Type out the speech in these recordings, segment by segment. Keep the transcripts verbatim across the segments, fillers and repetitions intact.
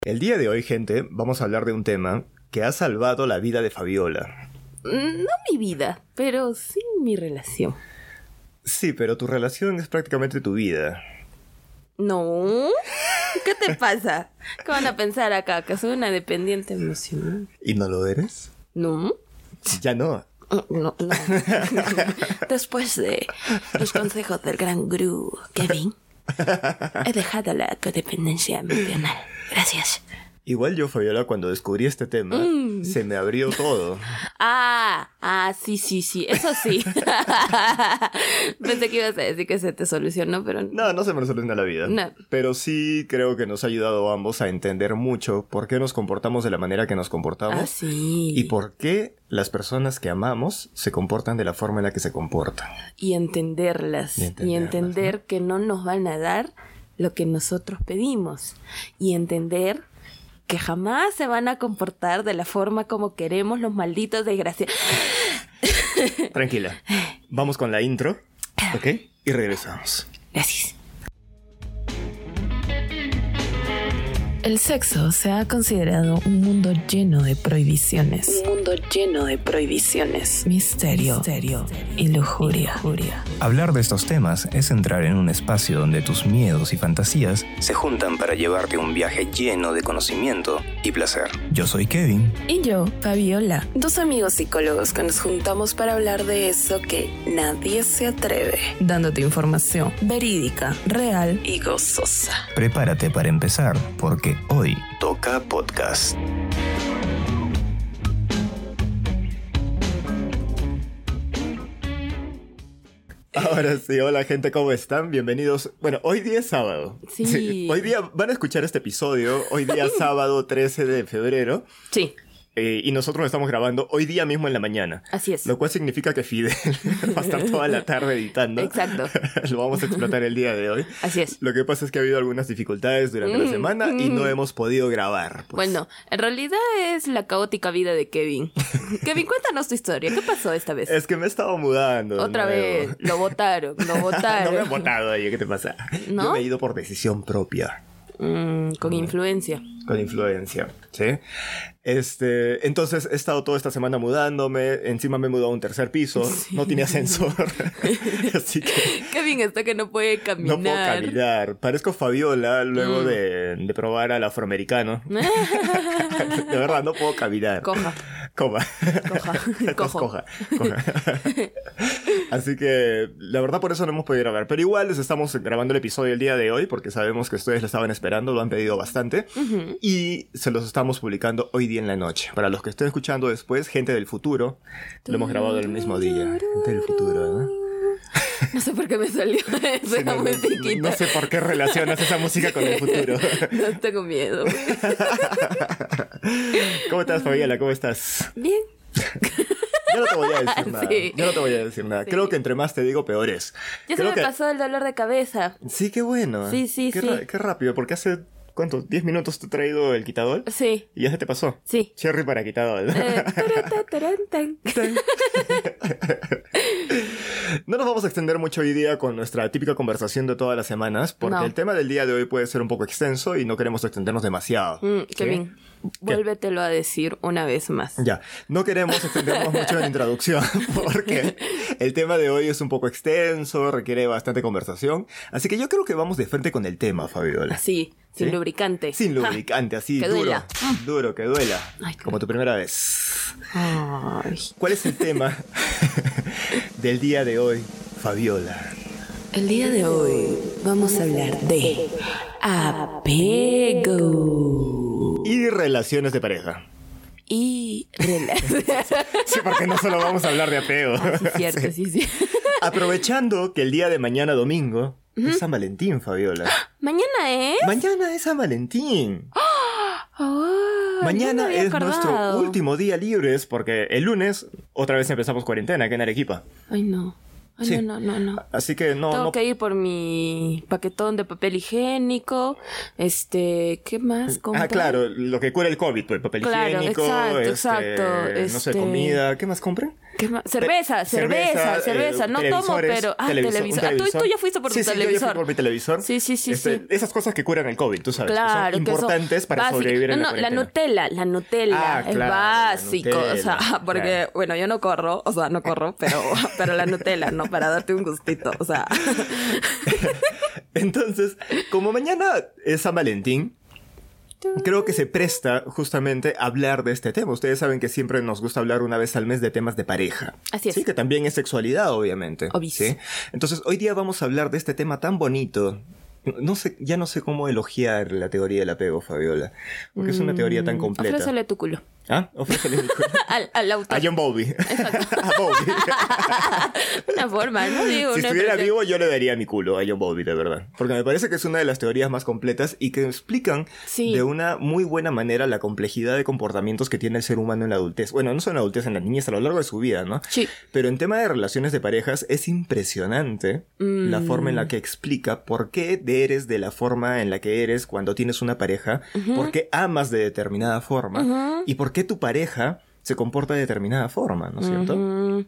El día de hoy, gente, vamos a hablar de un tema que ha salvado la vida de Fabiola. No mi vida, pero sí mi relación. Sí, pero tu relación es prácticamente tu vida. No. ¿Qué te pasa? ¿Qué van a pensar acá? ¿Que soy una dependiente emocional? ¿Y no lo eres? No. Ya no. No, no. Después de los consejos del gran gurú Kevin, he dejado la codependencia emocional. Gracias. Igual yo, Fabiola, cuando descubrí este tema, mm. se me abrió todo. Ah, ah, sí, sí, sí, eso sí. Pensé que ibas a decir que se te solucionó, pero... No, no se me soluciona la vida. No. Pero sí creo que nos ha ayudado a ambos a entender mucho por qué nos comportamos de la manera que nos comportamos. Ah, sí. Y por qué las personas que amamos se comportan de la forma en la que se comportan. Y entenderlas. Y, entenderlas, y entender ¿no? que no nos van a dar lo que nosotros pedimos. Y entender... que jamás se van a comportar de la forma como queremos los malditos desgraciados. Tranquila. Vamos con la intro, ¿ok? Y regresamos. Gracias. El sexo se ha considerado un mundo lleno de prohibiciones. Un mundo lleno de prohibiciones. Misterio, Misterio y lujuria. lujuria. Hablar de estos temas es entrar en un espacio donde tus miedos y fantasías se juntan para llevarte a un viaje lleno de conocimiento y placer. Yo soy Kevin. Y yo, Fabiola. Dos amigos psicólogos que nos juntamos para hablar de eso que nadie se atreve. Dándote información verídica, real y gozosa. Prepárate para empezar, porque hoy toca podcast. Ahora sí, hola gente, ¿cómo están? Bienvenidos. Bueno, hoy día es sábado. Sí. sí. Hoy día van a escuchar este episodio, hoy día sábado trece de febrero. Sí. Eh, y nosotros lo estamos grabando hoy día mismo en la mañana. Así es. Lo cual significa que Fidel va a estar toda la tarde editando. Exacto. Lo vamos a explotar el día de hoy. Así es. Lo que pasa es que ha habido algunas dificultades durante mm, la semana mm. y no hemos podido grabar. Pues. Bueno, en realidad es la caótica vida de Kevin. Kevin, cuéntanos tu historia. ¿Qué pasó esta vez? Es que me he estado mudando. Otra vez. Lo botaron, lo botaron. No me han votado, oye, ¿qué te pasa? ¿No? Yo me he ido por decisión propia. Mm, con influencia. Con influencia, ¿sí? Este, entonces he estado toda esta semana mudándome. Encima me he mudado a un tercer piso. Sí. No tiene ascensor. Así que... Kevin está que no puede caminar. No puedo caminar. Parezco Fabiola luego mm. de, de probar al afroamericano. De verdad, no puedo caminar. Coja. Coma. Coja. Cojo. Coja. Coja. Así que la verdad por eso no hemos podido grabar. Pero igual les estamos grabando el episodio el día de hoy porque sabemos que ustedes lo estaban esperando, lo han pedido bastante. Uh-huh. Y se los estamos publicando hoy día en la noche. Para los que estén escuchando después, gente del futuro, lo hemos grabado el mismo día. Gente del futuro, ¿no? No sé por qué me salió esa sí, no, musiquita. No, no sé por qué relacionas esa música con el futuro. No tengo miedo. ¿Cómo estás, Fabiola? ¿Cómo estás? Bien. Yo no te voy a decir nada. Sí. Yo no te voy a decir nada. Sí. Creo que entre más te digo, peor es. Ya Creo se me que... pasó el dolor de cabeza. Sí, qué bueno. Sí, sí, qué sí. Ra- qué rápido, porque hace... ¿Cuánto? ¿diez minutos te he traído el quitador? Sí. ¿Y ya se te pasó? Sí. Cherry para quitador. Eh, No nos vamos a extender mucho hoy día con nuestra típica conversación de todas las semanas, porque no. el tema del día de hoy puede ser un poco extenso y no queremos extendernos demasiado. Mm, ¿sí? Kevin, vuélvetelo a decir una vez más. Ya, no queremos extendernos mucho en la introducción, porque el tema de hoy es un poco extenso, requiere bastante conversación, así que yo creo que vamos de frente con el tema, Fabiola. Sí. Sin ¿Sí? lubricante. Sin lubricante, así, que duro. Duela. Duro, que duela. Ay, como tu primera vez. Ay. ¿Cuál es el tema del día de hoy, Fabiola? El día de hoy vamos a hablar de apego. Y relaciones de pareja. Y relaciones. Sí, porque no solo vamos a hablar de apego. Ah, sí, cierto, sí, sí. sí. Aprovechando que el día de mañana domingo uh-huh. es San Valentín, Fabiola. ¿Mañana es? Mañana es San Valentín. Oh, mañana no es acordado. nuestro último día libres porque el lunes otra vez empezamos cuarentena acá en Arequipa. Ay, no. Ah, Sí. No, no, no, no. Así que no... Tengo no... que ir por mi paquetón de papel higiénico. Este, ¿qué más compro? Ah, claro, lo que cura el COVID, pues papel Claro, higiénico, exacto, este, exacto, no sé, este- comida, ¿qué más compré? ¿Qué más? Cerveza, cerveza, cerveza, cerveza. eh, No tomo, televisores, pero... Ah, televisor, un televisor. Ah, tú, tú ya fuiste por sí, tu sí, yo ya televisor. fui por mi televisor. Sí, sí, sí, Este, sí. Esas cosas que curan el COVID, tú sabes, Claro, que son que son importantes para básicas. sobrevivir en no, la no, la cuarentena. Nutella, la Nutella Ah, es claro, la básico, o sea, Nutella, porque, claro. bueno, yo no corro, o sea, no corro, pero, pero la Nutella, ¿no? Para darte un gustito, o sea. Entonces, como mañana es San Valentín, creo que se presta justamente a hablar de este tema. Ustedes saben que siempre nos gusta hablar una vez al mes de temas de pareja. Así es. Sí, que también es sexualidad, obviamente. Obvio. ¿Sí? Entonces, hoy día vamos a hablar de este tema tan bonito. No sé, ya no sé cómo elogiar la teoría del apego, Fabiola. Porque es una teoría tan completa. Ofrécele tu culo. ¿Ah? Ofrécele mi culo. Al, al autor. A John Bowlby. A Bowlby. Una forma, ¿no? Digo, Si una estuviera expresión. vivo, yo le daría mi culo a John Bowlby, de verdad. Porque me parece que es una de las teorías más completas y que explican Sí. de una muy buena manera la complejidad de comportamientos que tiene el ser humano en la adultez. Bueno, no solo en la adultez, en la niñez, a lo largo de su vida, ¿no? Sí. Pero en tema de relaciones de parejas es impresionante la Mm. forma en la que explica por qué eres de la forma en la que eres cuando tienes una pareja, por qué amas de determinada forma Ujú. y por qué tu pareja se comporta de determinada forma, ¿no es cierto? Ujú.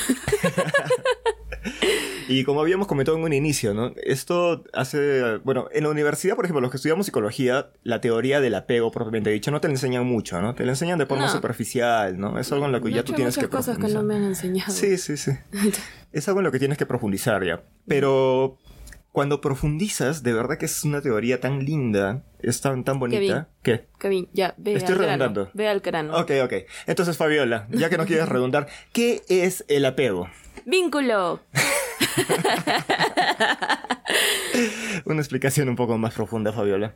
Y como habíamos comentado en un inicio, ¿no? Esto hace... Bueno, en la universidad, por ejemplo, los que estudiamos psicología, la teoría del apego propiamente dicho no te la enseñan mucho, ¿no? Te la enseñan de forma No. superficial, ¿no? Es algo en lo que De ya hecho, tú hay tienes muchas que cosas que profundizar. no me han enseñado. Sí, sí, sí. Es algo en lo que tienes que profundizar ya. Pero cuando profundizas, de verdad que es una teoría tan linda, es tan, tan bonita. ¿Qué? Kevin, ya, ve Estoy al grano. redundando. Ve al grano. Ok, ok. Entonces, Fabiola, ya que no quieres redundar, ¿qué es el apego? ¡Vínculo! Una explicación un poco más profunda, Fabiola.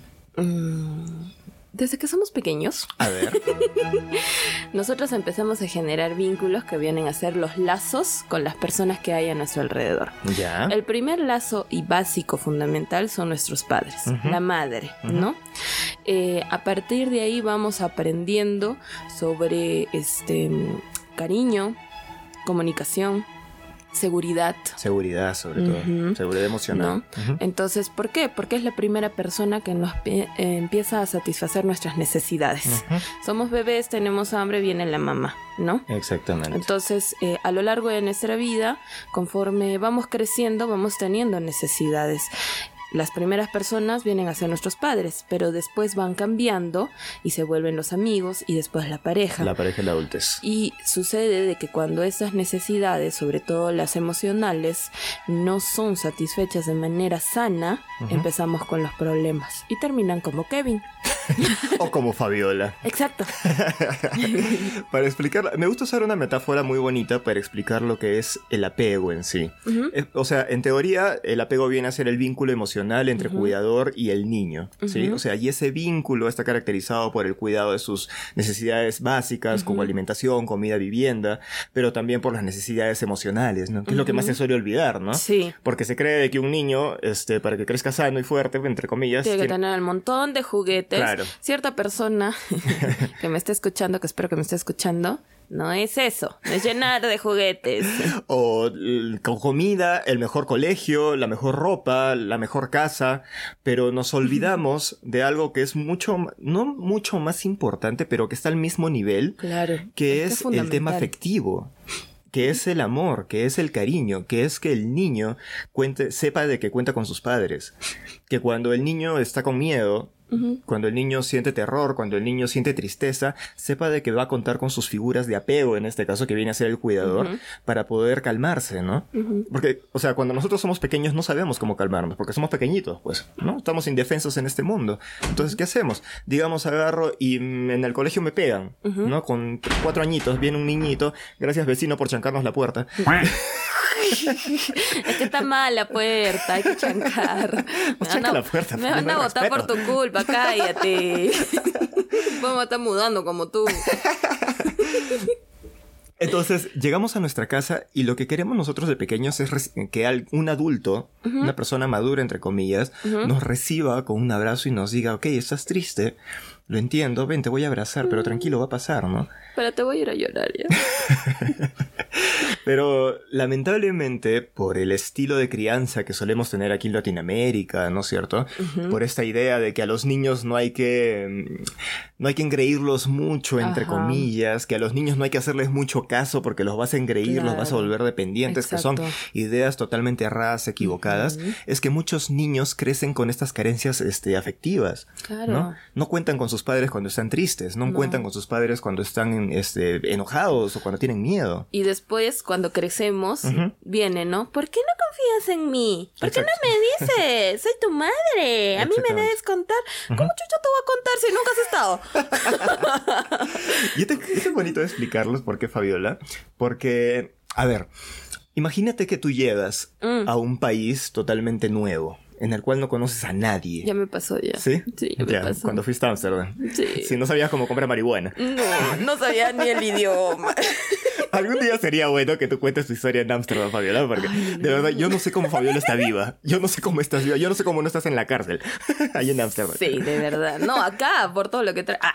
Desde que somos pequeños, A ver. nosotros empezamos a generar vínculos que vienen a ser los lazos con las personas que hay a nuestro alrededor. Ya. El primer lazo y básico fundamental son nuestros padres, Ujú. la madre, ¿no? Eh, a partir de ahí vamos aprendiendo sobre este cariño, comunicación, seguridad. Seguridad, sobre todo. Ujú. Seguridad emocional. ¿No? Ujú. Entonces, ¿por qué? Porque es la primera persona que nos pi- eh, empieza a satisfacer nuestras necesidades. Ujú. Somos bebés, tenemos hambre, viene la mamá, ¿no? Exactamente. Entonces, eh, a lo largo de nuestra vida, conforme vamos creciendo, vamos teniendo necesidades. Las primeras personas vienen a ser nuestros padres, pero después van cambiando y se vuelven los amigos y después la pareja. La pareja y la adultez. Y sucede de que cuando esas necesidades, sobre todo las emocionales, no son satisfechas de manera sana, Ujú. empezamos con los problemas y terminan como Kevin. O como Fabiola. Exacto. Para explicar, me gusta usar una metáfora muy bonita para explicar lo que es el apego en sí. Ujú. Eh, O sea, en teoría, el apego viene a ser el vínculo emocional entre Ujú. cuidador y el niño, ¿sí? Ujú. O sea, y ese vínculo está caracterizado por el cuidado de sus necesidades básicas, como Ujú. alimentación, comida, vivienda, pero también por las necesidades emocionales, ¿no? Que es lo que más se Ujú. suele olvidar, ¿no? Sí. Porque se cree que un niño, este, para que crezca sano y fuerte, entre comillas, Tiene que tiene- tener un montón de juguetes. Claro. Cierta persona que me esté escuchando, que espero que me esté escuchando, no es eso, no es llenar de juguetes. o l- con comida, el mejor colegio, la mejor ropa, la mejor casa, pero nos olvidamos de algo que es mucho, m- no mucho más importante, pero que está al mismo nivel, Claro. que es, el tema fundamental. afectivo. Que es el amor, que es el cariño, que es que el niño cuente, sepa de que cuenta con sus padres. Que cuando el niño está con miedo, Ujú. cuando el niño siente terror, cuando el niño siente tristeza, sepa de que va a contar con sus figuras de apego, en este caso que viene a ser el cuidador, Ujú. para poder calmarse, ¿no? Ujú. Porque, o sea, cuando nosotros somos pequeños no sabemos cómo calmarnos, porque somos pequeñitos, pues, ¿no? Estamos indefensos en este mundo. Entonces, ¿qué hacemos? Digamos, agarro y mm, en el colegio me pegan, Ujú. ¿no? Con cuatro añitos, viene un niñito, gracias vecino por chancarnos la puerta. Es que está mal la puerta, hay que chancar. No chanca la puerta, Me van a no hay votar por respeto. tu culpa, cállate. Vamos a estar mudando como tú. Entonces, llegamos a nuestra casa y lo que queremos nosotros de pequeños es reci- que al- un adulto, una persona madura, entre comillas, Ujú. nos reciba con un abrazo y nos diga, ok, estás triste, lo entiendo, ven, te voy a abrazar, pero tranquilo, va a pasar, ¿no? Pero te voy a ir a llorar ya. Pero lamentablemente, por el estilo de crianza que solemos tener aquí en Latinoamérica, ¿no es cierto? Uh-huh. Por esta idea de que a los niños no hay que... no hay que engreírlos mucho, entre Ajá. comillas, que a los niños no hay que hacerles mucho caso porque los vas a engreír, claro. los vas a volver dependientes, Exacto. que son ideas totalmente erradas, equivocadas, uh-huh. es que muchos niños crecen con estas carencias este, afectivas, claro. ¿no? No cuentan con sus padres cuando están tristes, no, no. cuentan con sus padres cuando están este, enojados o cuando tienen miedo. Y después, cuando crecemos, uh-huh. viene, ¿no? ¿Por qué no confías en mí? ¿Por Exacto. qué no me dices? Soy tu madre. A mí me debes contar. Uh-huh. ¿Cómo chucho te voy a contar si nunca has estado? Y este, este es bonito de explicarlos. ¿Por qué, Fabiola? Porque, a ver, imagínate que tú llegas mm. a un país totalmente nuevo, en el cual no conoces a nadie. Ya me pasó ya. ¿Sí? Sí, ya, ya me pasó. Cuando fuiste a Ámsterdam. Sí. Sí, no sabías cómo comprar marihuana. No, no sabía ni el idioma. Algún día sería bueno que tú cuentes tu historia en Ámsterdam, Fabiola, porque Ay, no. de verdad yo no sé cómo Fabiola está viva. Yo no sé cómo estás viva. Yo no sé cómo no estás en la cárcel. Ahí en Ámsterdam. Sí, de verdad. No, acá, por todo lo que trae.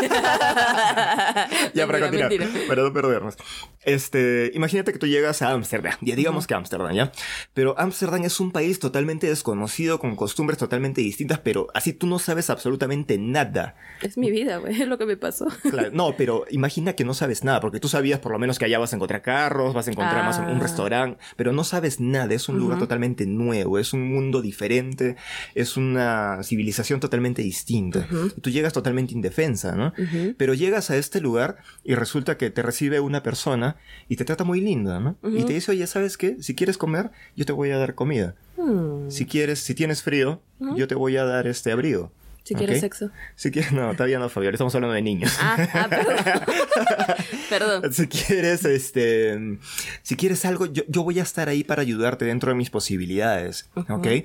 Ah. Ya, para continuar. Mentira. Para no perdernos. Este, imagínate que tú llegas a Ámsterdam. Ya digamos uh-huh. que Ámsterdam, ¿ya? Pero Ámsterdam es un país totalmente desconocido, con costumbres totalmente distintas, pero así tú no sabes absolutamente nada. Es mi vida, güey. Es lo que me pasó. Claro. No, pero imagina que no sabes nada, porque tú sabías por lo menos que allá vas a encontrar carros, vas a encontrar ah. más un restaurante, pero no sabes nada. Es un uh-huh. lugar totalmente nuevo, es un mundo diferente, es una civilización totalmente distinta. Uh-huh. Tú llegas totalmente indefensa, ¿no? Uh-huh. Pero llegas a este lugar y resulta que te recibe una persona y te trata muy linda, ¿no? Uh-huh. Y te dice, oye, ¿sabes qué? Si quieres comer, yo te voy a dar comida. Uh-huh. Si quieres, si tienes frío, uh-huh. yo te voy a dar este abrigo. Si ¿Okay? quieres sexo. Si quieres, no, todavía no, Fabiola, estamos hablando de niños. Ah, ah perdón. Perdón. Si quieres, este, si quieres algo, yo, yo voy a estar ahí para ayudarte dentro de mis posibilidades, uh-huh. ¿ok?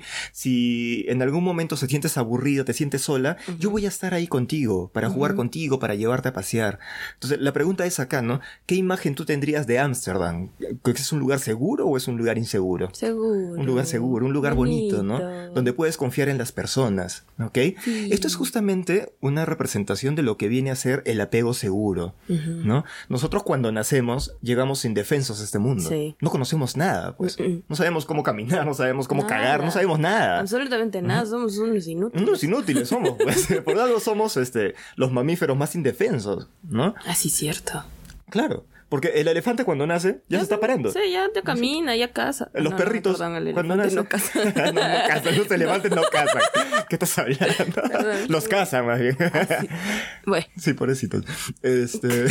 Si en algún momento se sientes aburrido, te sientes sola, uh-huh. yo voy a estar ahí contigo, para uh-huh. jugar contigo, para llevarte a pasear. Entonces, la pregunta es acá, ¿no? ¿Qué imagen tú tendrías de Ámsterdam? ¿Es un lugar seguro o es un lugar inseguro? Seguro. Un lugar seguro, un lugar bonito, bonito ¿no? Donde puedes confiar en las personas, ¿ok? Sí. Esto es justamente una representación de lo que viene a ser el apego seguro, uh-huh. ¿no? Nosotros cuando nacemos llegamos indefensos a este mundo. Sí. No conocemos nada, pues. Uh-uh. No sabemos cómo caminar, no sabemos cómo nada. cagar, no sabemos nada. Absolutamente nada, uh-huh. somos unos inútiles. Unos inútiles somos, pues. Por algo somos este, los mamíferos más indefensos, ¿no? Ah, sí, cierto. Claro. Porque el elefante cuando nace ya, ya se está parando. Sí, ya te camina, ya caza. Los no, perritos no, perdón, cuando nacen no cazan. no, no cazan, los elefantes no cazan. ¿Qué estás hablando? Perdón, los cazan más bien. Ah, sí. Bueno. Sí, pobrecitos. Este,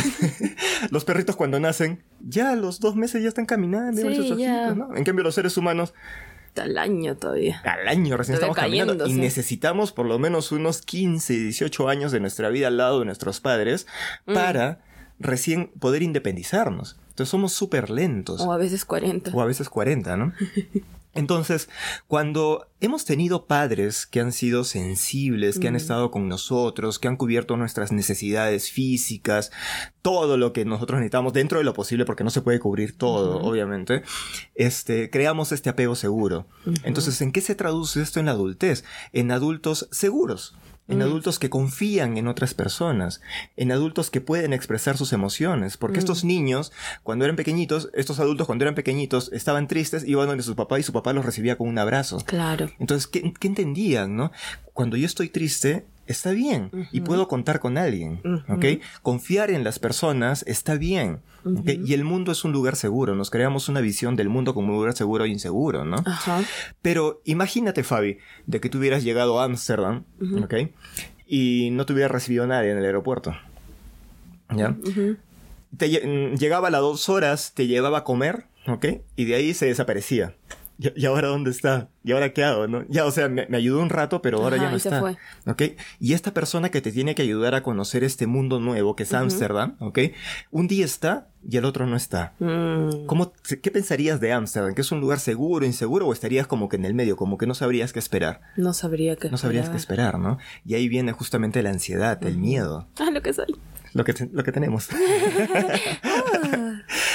los perritos cuando nacen ya a los dos meses ya están caminando. Sí, sus ojitos, ¿no? En cambio los seres humanos al año todavía. Al año recién estamos caminando. Y necesitamos por lo menos unos quince, dieciocho años de nuestra vida al lado de nuestros padres mm. para recién poder independizarnos. Entonces somos súper lentos. O a veces cuarenta. O a veces cuarenta, ¿no? Entonces, cuando hemos tenido padres que han sido sensibles, que mm. han estado con nosotros, que han cubierto nuestras necesidades físicas, todo lo que nosotros necesitamos dentro de lo posible, porque no se puede cubrir todo, uh-huh. obviamente, este, creamos este apego seguro. Uh-huh. Entonces, ¿en qué se traduce esto en la adultez? En adultos seguros. En mm. adultos que confían en otras personas, en adultos que pueden expresar sus emociones, porque mm. estos niños, cuando eran pequeñitos, estos adultos cuando eran pequeñitos, estaban tristes, iban donde su papá y su papá los recibía con un abrazo. Claro. Entonces, ¿qué, qué entendían, no? Cuando yo estoy triste, está bien, uh-huh. y puedo contar con alguien, uh-huh. ¿ok? Confiar en las personas está bien, uh-huh. ¿ok? Y el mundo es un lugar seguro, nos creamos una visión del mundo como un lugar seguro e inseguro, ¿no? Uh-huh. Pero imagínate, Fabi, de que tú hubieras llegado a Ámsterdam, uh-huh. ¿ok? Y no te hubiera recibido nadie en el aeropuerto, ¿ya? Uh-huh. Te, llegaba a las dos horas, te llevaba a comer, ¿ok? Y de ahí se desaparecía. ¿Y ahora dónde está? ¿Y ahora qué hago, no? Ya, o sea, me, me ayudó un rato, pero ahora Ajá, ya no y está. Se fue. ¿Ok? Y esta persona que te tiene que ayudar a conocer este mundo nuevo, que es Ámsterdam, uh-huh. ¿ok? Un día está y el otro no está. Mm. ¿Cómo, ¿Qué pensarías de Ámsterdam? ¿Que es un lugar seguro, inseguro? ¿O estarías como que en el medio? Como que no sabrías qué esperar. No sabría qué No esperar. sabrías qué esperar, ¿no? Y ahí viene justamente la ansiedad, uh-huh. el miedo. Ah, lo que soy. Lo que, te, lo que tenemos. ah.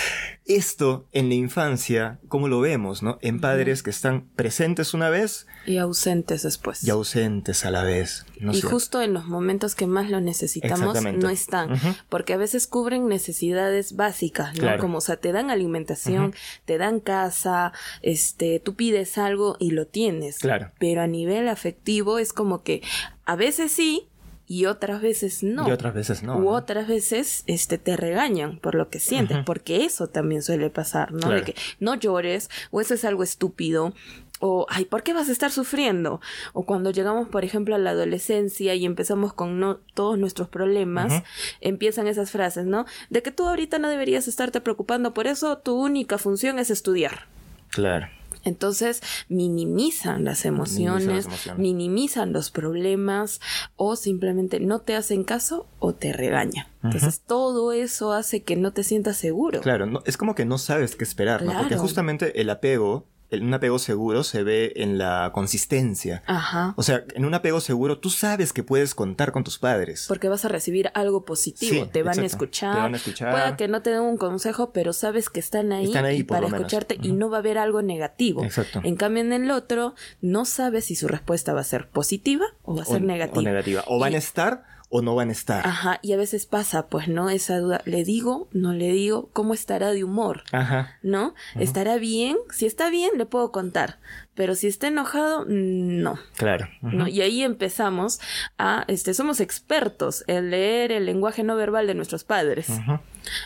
esto en la infancia, ¿cómo lo vemos, no? En padres uh-huh. que están presentes una vez y ausentes después. Y ausentes a la vez. ¿No y sé? Justo en los momentos que más lo necesitamos no están. Uh-huh. Porque a veces cubren necesidades básicas, ¿no? Claro. Como, o sea, te dan alimentación, uh-huh. te dan casa, este, tú pides algo y lo tienes. Claro. Pero a nivel afectivo es como que a veces sí, y otras veces no. Y otras veces no. U ¿no? otras veces este, te regañan por lo que sientes, uh-huh. porque eso también suele pasar, ¿no? Claro. De que no llores, o eso es algo estúpido, o ay, ¿por qué vas a estar sufriendo? O cuando llegamos, por ejemplo, a la adolescencia y empezamos con no, todos nuestros problemas, uh-huh. empiezan esas frases, ¿no? De que tú ahorita no deberías estarte preocupando por eso, tu única función es estudiar. Claro. Entonces minimizan las emociones, minimizan, las emociones. minimizan los problemas o simplemente no te hacen caso o te regañan. Uh-huh. Entonces todo eso hace que no te sientas seguro. Claro, no, es como que no sabes qué esperar, ¿no? Claro. Porque justamente el apego... un apego seguro se ve en la consistencia. Ajá. O sea, en un apego seguro tú sabes que puedes contar con tus padres. Porque vas a recibir algo positivo. Sí, te van exacto. a escuchar. Te van a escuchar. Pueda que no te den un consejo, pero sabes que están ahí, están ahí para escucharte uh-huh. y no va a haber algo negativo. Exacto. En cambio, en el otro, no sabes si su respuesta va a ser positiva o va a ser o, negativa. O negativa. O van y, a estar... o no van a estar. Ajá, y a veces pasa, pues, ¿no? Esa duda, ¿le digo? ¿No le digo? ¿Cómo estará de humor? Ajá. ¿No? Uh-huh. ¿Estará bien? Si está bien, le puedo contar. Pero si está enojado, no. Claro. Uh-huh. ¿No? Y ahí empezamos a, este, somos expertos en leer el lenguaje no verbal de nuestros padres. Uh-huh.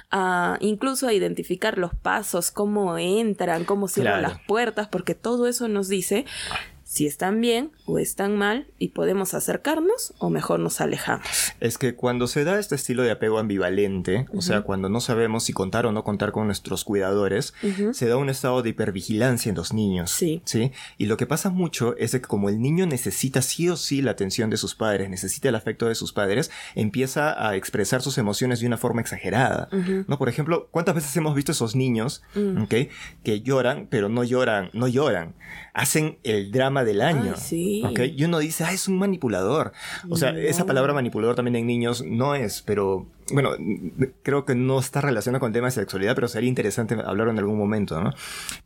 A, incluso a identificar los pasos, cómo entran, cómo cierran claro. las puertas, porque todo eso nos dice... si están bien o están mal y podemos acercarnos o mejor nos alejamos. Es que cuando se da este estilo de apego ambivalente, uh-huh. o sea, cuando no sabemos si contar o no contar con nuestros cuidadores, uh-huh. se da un estado de hipervigilancia en los niños. Sí. ¿Sí? Y lo que pasa mucho es de que como el niño necesita sí o sí la atención de sus padres, necesita el afecto de sus padres, empieza a expresar sus emociones de una forma exagerada. Uh-huh. ¿No? Por ejemplo, ¿cuántas veces hemos visto esos niños uh-huh. ¿okay? que lloran, pero no lloran, no lloran? Hacen el drama del año. Ay, sí. ¿Okay? Y uno dice, ah, es un manipulador. O sea, no. esa palabra manipulador también en niños no es, pero bueno, creo que no está relacionado con el tema de sexualidad, pero sería interesante hablarlo en algún momento, ¿no?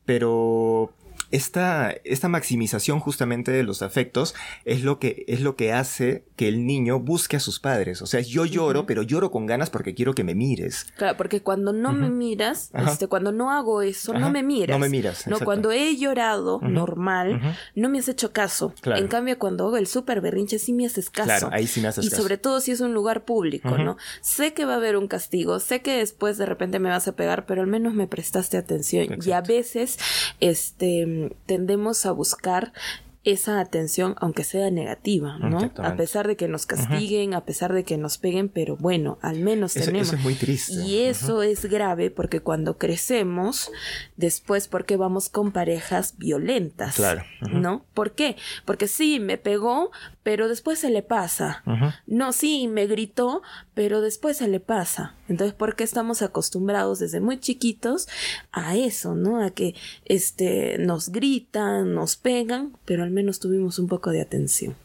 Pero esta, esta maximización justamente de los afectos es lo que, es lo que hace que el niño busque a sus padres. O sea, yo lloro, uh-huh. pero lloro con ganas porque quiero que me mires. Claro, porque cuando no uh-huh. me miras, este, cuando no hago eso, Ajá. no me miras. No me miras, No, cuando he llorado, uh-huh. normal, uh-huh. no me has hecho caso. Claro. En cambio, cuando hago el súper berrinche, sí me haces caso. Claro, ahí sí me haces y caso. sobre todo si es un lugar público, uh-huh. ¿no? Sé que va a haber un castigo, sé que después de repente me vas a pegar, pero al menos me prestaste atención. Exacto. Y a veces, este, tendemos a buscar esa atención, aunque sea negativa, ¿no? A pesar de que nos castiguen, uh-huh. a pesar de que nos peguen, pero bueno, al menos eso, tenemos. Eso es muy triste. Y eso uh-huh. es grave porque cuando crecemos, después porque vamos con parejas violentas, claro. uh-huh. ¿no? ¿Por qué? Porque sí, me pegó, pero después se le pasa. Uh-huh. No, sí, me gritó, pero después se le pasa. Entonces, ¿por qué estamos acostumbrados desde muy chiquitos a eso, ¿no? A que este, nos gritan, nos pegan, pero al menos tuvimos un poco de atención.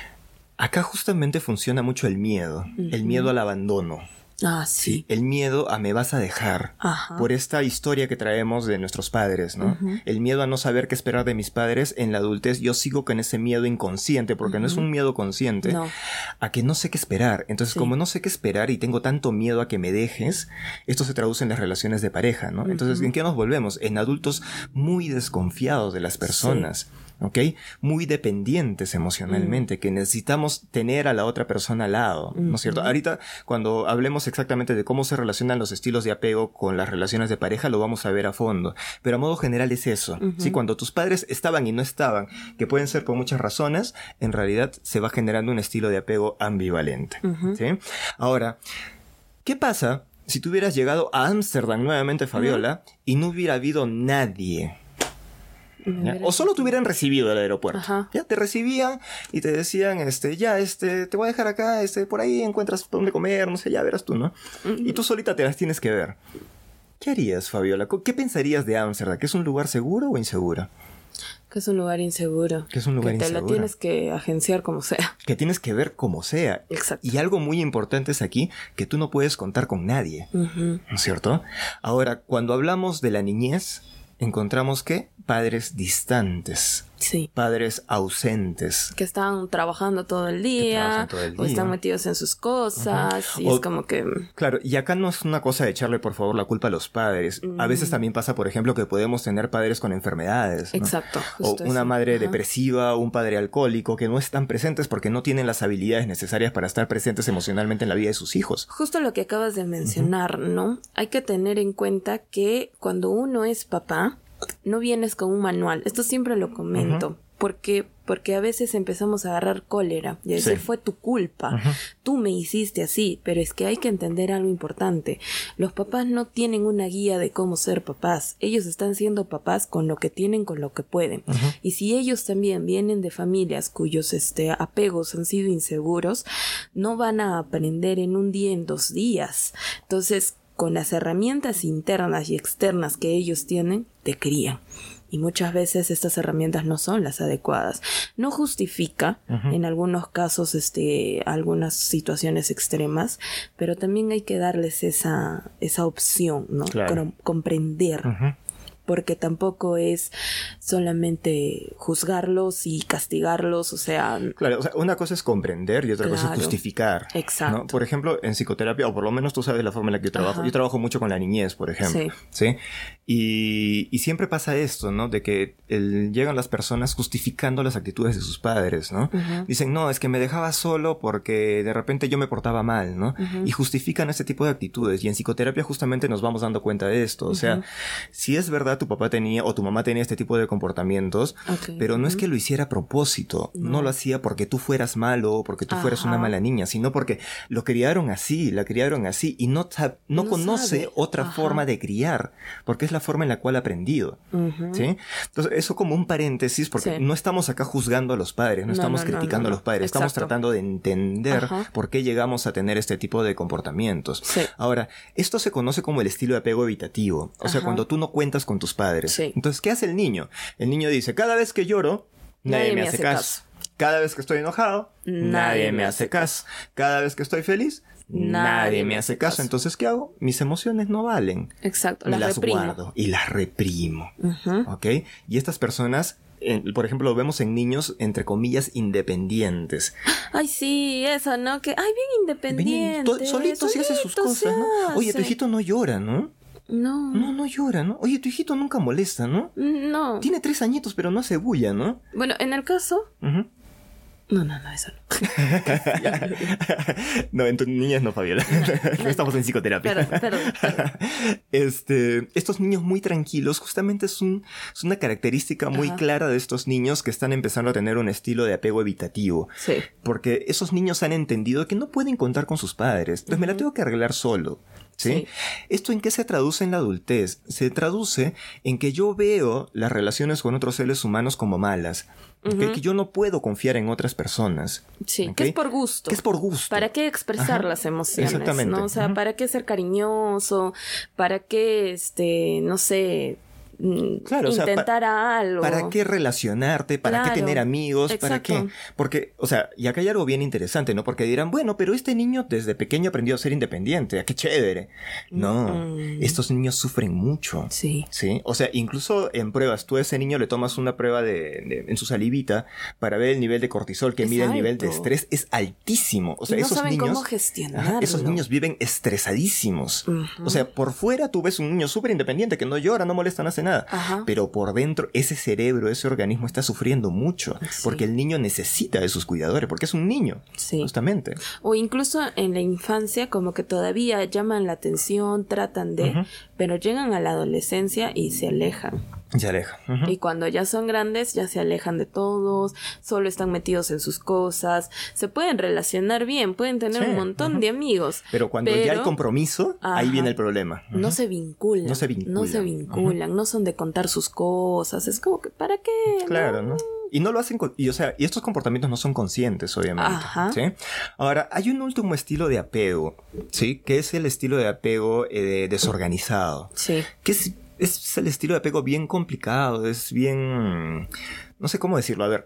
Acá justamente funciona mucho el miedo, uh-huh. el miedo al abandono. Ah, sí. sí. El miedo a me vas a dejar. Ajá. Por esta historia que traemos de nuestros padres, ¿no? Uh-huh. El miedo a no saber qué esperar de mis padres en la adultez. Yo sigo con ese miedo inconsciente, porque uh-huh. no es un miedo consciente. No. A que no sé qué esperar. Entonces, sí. como no sé qué esperar y tengo tanto miedo a que me dejes, esto se traduce en las relaciones de pareja, ¿no? Uh-huh. Entonces, ¿en qué nos volvemos? En adultos muy desconfiados de las personas. Sí. ¿Ok? Muy dependientes emocionalmente, mm. que necesitamos tener a la otra persona al lado, ¿no es cierto? Mm-hmm. Ahorita, cuando hablemos exactamente de cómo se relacionan los estilos de apego con las relaciones de pareja, lo vamos a ver a fondo. Pero a modo general es eso, mm-hmm. ¿sí? Cuando tus padres estaban y no estaban, que pueden ser por muchas razones, en realidad se va generando un estilo de apego ambivalente, mm-hmm. ¿sí? Ahora, ¿qué pasa si tú hubieras llegado a Ámsterdam nuevamente, Fabiola, mm-hmm. y no hubiera habido nadie? O solo te hubieran recibido al aeropuerto. Ajá. Ya te recibían y te decían, este, ya, este, te voy a dejar acá, este, por ahí encuentras dónde comer, no sé, ya verás tú, ¿no? Uh-huh. Y tú solita te las tienes que ver. ¿Qué harías, Fabiola? ¿Qué pensarías de Ámsterdam? ¿Que es un lugar seguro o inseguro? Que es un lugar inseguro. Que es un lugar que te inseguro. lo tienes que agenciar como sea. Que tienes que ver como sea. Exacto. Y algo muy importante es aquí que tú no puedes contar con nadie. Uh-huh. ¿No es cierto? Ahora, cuando hablamos de la niñez, encontramos que padres distantes. Sí. Padres ausentes. Que están trabajando todo el día, todo el día. o están metidos en sus cosas, uh-huh. y o, es como que... Claro, y acá no es una cosa de echarle por favor la culpa a los padres. Mm. A veces también pasa, por ejemplo, que podemos tener padres con enfermedades, ¿no? Exacto. O una eso. madre Ajá. depresiva, o un padre alcohólico, que no están presentes porque no tienen las habilidades necesarias para estar presentes emocionalmente en la vida de sus hijos. Justo lo que acabas de mencionar, uh-huh. ¿no? Hay que tener en cuenta que cuando uno es papá, no vienes con un manual. Esto siempre lo comento. Uh-huh. Porque, porque a veces empezamos a agarrar cólera y a decir, sí. fue tu culpa. Uh-huh. Tú me hiciste así. Pero es que hay que entender algo importante. Los papás no tienen una guía de cómo ser papás. Ellos están siendo papás con lo que tienen, con lo que pueden. Uh-huh. Y si ellos también vienen de familias cuyos este, apegos han sido inseguros, no van a aprender en un día, en dos días. Entonces, con las herramientas internas y externas que ellos tienen, te crían. Y muchas veces estas herramientas no son las adecuadas. No justifica, uh-huh. en algunos casos, este, algunas situaciones extremas, pero también hay que darles esa, esa opción, ¿no? Claro. Com- comprender. Uh-huh. Porque tampoco es solamente juzgarlos y castigarlos, o sea... Claro, o sea, una cosa es comprender y otra claro. cosa es justificar. Exacto. ¿no? Por ejemplo, en psicoterapia, o por lo menos tú sabes la forma en la que yo trabajo, Ajá. yo trabajo mucho con la niñez, por ejemplo. Sí. ¿sí? Y, y siempre pasa esto, ¿no? De que el, llegan las personas justificando las actitudes de sus padres, ¿no? Uh-huh. Dicen, no, es que me dejaba solo porque de repente yo me portaba mal, ¿no? Uh-huh. Y justifican ese tipo de actitudes. Y en psicoterapia justamente nos vamos dando cuenta de esto. O sea, uh-huh. si es verdad tu papá tenía o tu mamá tenía este tipo de comportamientos, okay. pero no uh-huh. es que lo hiciera a propósito, no. no lo hacía porque tú fueras malo, porque tú Ajá. fueras una mala niña, sino porque lo criaron así, la criaron así y no, no, no conoce sabe. otra Ajá. forma de criar, porque es la forma en la cual ha aprendido, uh-huh. ¿sí? Entonces eso como un paréntesis, porque sí. no estamos acá juzgando a los padres, no, no estamos no, criticando no, no, a los padres, Exacto. estamos tratando de entender Ajá. por qué llegamos a tener este tipo de comportamientos. Sí. Ahora, esto se conoce como el estilo de apego evitativo, o Ajá. sea, cuando tú no cuentas con tus padres. Sí. Entonces, ¿qué hace el niño? El niño dice, cada vez que lloro, nadie, nadie me hace caso. caso. Cada vez que estoy enojado, nadie, nadie me hace caso. caso. Cada vez que estoy feliz, nadie, nadie me hace caso. caso. Entonces, ¿qué hago? Mis emociones no valen. Exacto, me las, las reprimo. guardo y las reprimo. Uh-huh. ¿Ok? Y estas personas... En, por ejemplo, lo vemos en niños, entre comillas, independientes. Ay, sí, eso, ¿no? Que, ay, bien independiente. Bien, solito se hace sus cosas, ¿no? Oye, tu hijito no llora, ¿no? No. No, no llora, ¿no? Oye, tu hijito nunca molesta, ¿no? No. Tiene tres añitos, pero no hace bulla, ¿no? Bueno, en el caso... Uh-huh. No, no, no, eso no. No, en tu niñez no, Fabiola. No, no, no estamos en psicoterapia. Perdón, perdón, perdón. Este, estos niños muy tranquilos, justamente es, un, es una característica muy Ajá. clara de estos niños que están empezando a tener un estilo de apego evitativo. Sí. Porque esos niños han entendido que no pueden contar con sus padres. Entonces uh-huh. me la tengo que arreglar solo. ¿Sí? Sí. ¿Esto en qué se traduce en la adultez? Se traduce en que yo veo las relaciones con otros seres humanos como malas. ¿Okay? Uh-huh. Que yo no puedo confiar en otras personas. Sí, ¿okay? que es por gusto. Que es por gusto. ¿Para qué expresar Ajá. las emociones? Exactamente. ¿no? O sea, uh-huh. ¿para qué ser cariñoso? ¿Para qué, este, no sé... Claro, intentar o sea, pa- algo. ¿Para qué relacionarte? ¿Para claro, qué tener amigos? Exacto. ¿Para qué? Porque, o sea, y acá hay algo bien interesante, ¿no? Porque dirán, bueno, pero este niño desde pequeño aprendió a ser independiente. ¡Qué chévere! No, mm. estos niños sufren mucho. Sí. Sí. O sea, incluso en pruebas, tú a ese niño le tomas una prueba de, de, en su salivita para ver el nivel de cortisol que es mide alto. el nivel de estrés. Es altísimo. O sea, y no esos saben niños... cómo gestionarlo. Ajá, esos niños viven estresadísimos. Uh-huh. O sea, por fuera tú ves un niño súper independiente que no llora, no molesta, no hace nada. Ajá. Pero por dentro ese cerebro, ese organismo está sufriendo mucho. Sí. Porque el niño necesita de sus cuidadores, porque es un niño. Sí. Justamente. O incluso en la infancia como que todavía llaman la atención, tratan de... Uh-huh. Pero llegan a la adolescencia y se alejan. Se alejan. Uh-huh. Y cuando ya son grandes ya se alejan de todos, solo están metidos en sus cosas, se pueden relacionar bien, pueden tener sí, un montón uh-huh. de amigos. Pero cuando pero, ya hay compromiso, ajá, ahí viene el problema. Uh-huh. No se vinculan. No se vinculan. No se vinculan, uh-huh. no son de contar sus cosas, es como que ¿para qué? Claro, ¿no? ¿no? Y no lo hacen, con, y o sea, y estos comportamientos no son conscientes, obviamente. Ajá. ¿Sí? Ahora, hay un último estilo de apego, ¿sí? Que es el estilo de apego eh, desorganizado. Sí. Que es es el estilo de apego bien complicado, es bien... no sé cómo decirlo, a ver...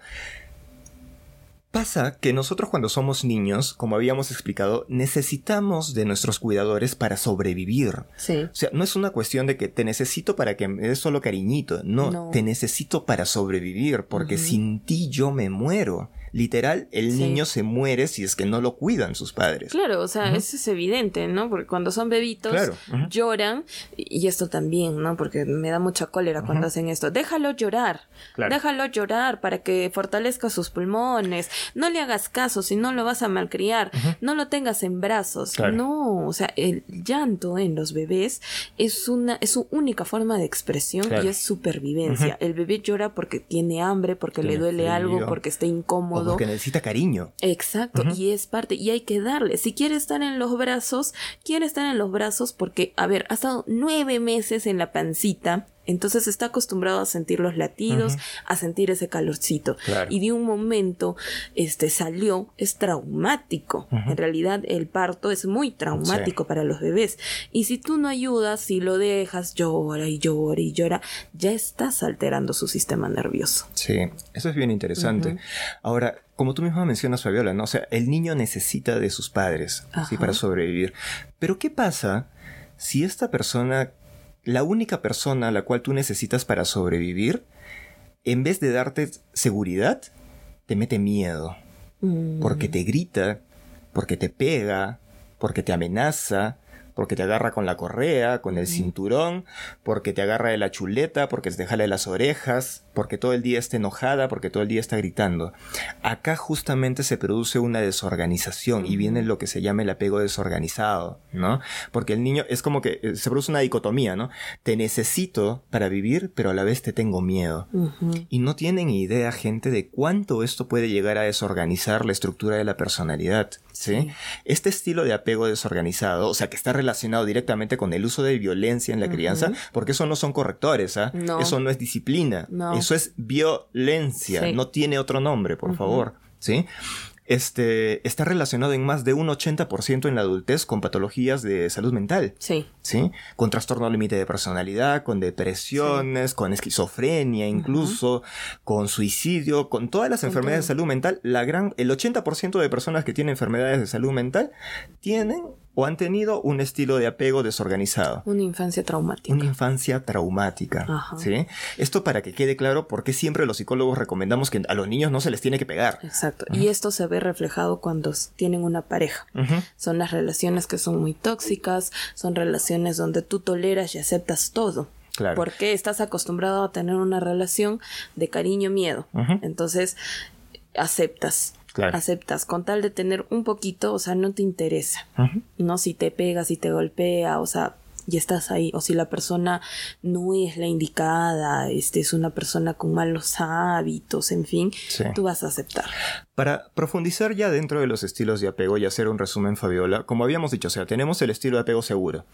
Pasa que nosotros cuando somos niños, como habíamos explicado, necesitamos de nuestros cuidadores para sobrevivir. Sí. O sea, no es una cuestión de que te necesito para que me des solo cariñito. No, no. Te necesito para sobrevivir, porque uh-huh. sin ti yo me muero. Literal, el sí. niño se muere si es que no lo cuidan sus padres. Claro, o sea, uh-huh. eso es evidente, ¿no? Porque cuando son bebitos, claro. uh-huh. lloran, y esto también, ¿no? Porque me da mucha cólera uh-huh. cuando hacen esto. Déjalo llorar, claro. déjalo llorar para que fortalezca sus pulmones. No le hagas caso, si no lo vas a malcriar. Uh-huh. No lo tengas en brazos. Claro. No, o sea, el llanto en los bebés es una es su única forma de expresión claro. y es supervivencia. Uh-huh. El bebé llora porque tiene hambre, porque tiene le duele frío. algo, porque está incómodo. Porque necesita cariño. Exacto, uh-huh. y es parte, y hay que darle. Si quiere estar en los brazos, quiere estar en los brazos porque, a ver, ha estado nueve meses en la pancita, entonces está acostumbrado a sentir los latidos, uh-huh. a sentir ese calorcito. Claro. Y de un momento este salió, es traumático. Uh-huh. En realidad el parto es muy traumático sí. para los bebés. Y si tú no ayudas, si lo dejas, llora y llora y llora, ya estás alterando su sistema nervioso. Sí, eso es bien interesante. Uh-huh. Ahora, como tú misma mencionas, Fabiola, ¿no? O sea, el niño necesita de sus padres ¿sí? para sobrevivir. Pero ¿qué pasa si esta persona... la única persona a la cual tú necesitas para sobrevivir, en vez de darte seguridad, te mete miedo? Mm. Porque te grita, porque te pega, porque te amenaza, porque te agarra con la correa, con el mm. cinturón, porque te agarra de la chuleta, porque te jala de las orejas, porque todo el día está enojada, porque todo el día está gritando. Acá justamente se produce una desorganización mm. y viene lo que se llama el apego desorganizado, ¿no? Porque el niño es como que se produce una dicotomía, ¿no? Te necesito para vivir, pero a la vez te tengo miedo. Uh-huh. Y no tienen idea, gente, de cuánto esto puede llegar a desorganizar la estructura de la personalidad, ¿sí? Sí. Este estilo de apego desorganizado, o sea, que está relacionado directamente con el uso de violencia en la uh-huh. crianza, porque eso no son correctores, ¿ah? ¿eh? No. Eso no es disciplina. No. Eso es violencia. Sí. No tiene otro nombre, por uh-huh. favor, ¿sí? Este, está relacionado en más de un ochenta por ciento en la adultez con patologías de salud mental. Sí. ¿Sí? Con trastorno límite de personalidad, con depresiones, sí. con esquizofrenia incluso, uh-huh. con suicidio, con todas las con enfermedades todo. de salud mental. La gran, el ochenta por ciento de personas que tienen enfermedades de salud mental tienen o han tenido un estilo de apego desorganizado. Una infancia traumática. Una infancia traumática. Ajá. ¿Sí? Esto para que quede claro por qué siempre los psicólogos recomendamos que a los niños no se les tiene que pegar. Exacto. Uh-huh. Uh-huh. Y esto se ve reflejado cuando tienen una pareja. Uh-huh. Son las relaciones que son muy tóxicas, son relaciones donde tú toleras y aceptas todo. Claro. Porque estás acostumbrado a tener una relación de cariño-miedo. Uh-huh. Entonces, aceptas. Claro. Aceptas, con tal de tener un poquito, o sea, no te interesa, uh-huh. ¿no? Si te pega, si te golpea, o sea, y estás ahí, o si la persona no es la indicada, este, es una persona con malos hábitos, en fin, sí. tú vas a aceptar. Para profundizar ya dentro de los estilos de apego y hacer un resumen, Fabiola, como habíamos dicho, o sea, tenemos el estilo de apego seguro.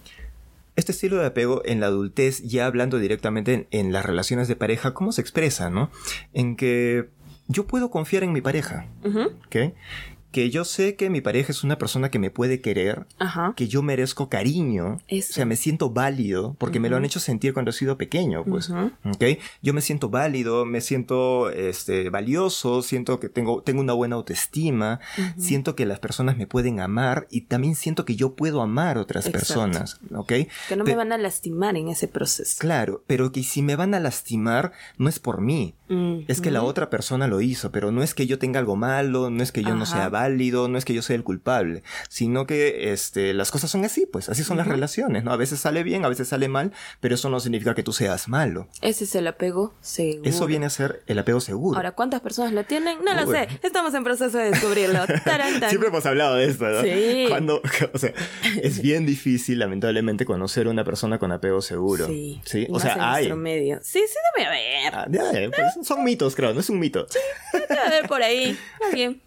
Este estilo de apego en la adultez, ya hablando directamente en, en las relaciones de pareja, ¿cómo se expresa, no? En que yo puedo confiar en mi pareja, uh-huh. ¿ok? Que yo sé que mi pareja es una persona que me puede querer, uh-huh. que yo merezco cariño, Eso. o sea, me siento válido, porque uh-huh. me lo han hecho sentir cuando he sido pequeño, pues, uh-huh. ¿ok? Yo me siento válido, me siento este, valioso, siento que tengo, tengo una buena autoestima, uh-huh. siento que las personas me pueden amar y también siento que yo puedo amar a otras Exacto. personas, ¿ok? Que no Pe- me van a lastimar en ese proceso. Claro, pero que si me van a lastimar, no es por mí, uh-huh. es que la otra persona lo hizo, pero no es que yo tenga algo malo, no es que yo uh-huh. no sea válido, válido, no es que yo sea el culpable, sino que este, las cosas son así, pues así son uh-huh. las relaciones, ¿no? A veces sale bien, a veces sale mal, pero eso no significa que tú seas malo. Ese es el apego seguro. Eso viene a ser el apego seguro. Ahora, ¿cuántas personas lo tienen? No lo bueno. sé, estamos en proceso de descubrirlo. Tarantán. Siempre hemos hablado de esto, ¿no? Sí. Cuando, o sea, es bien difícil, lamentablemente, conocer una persona con apego seguro. Sí. ¿Sí? O sea, en hay. Medio. Sí, sí debe haber. Ah, debe, pues, son mitos, creo, no es un mito. Sí, debe haber por ahí. Muy bien.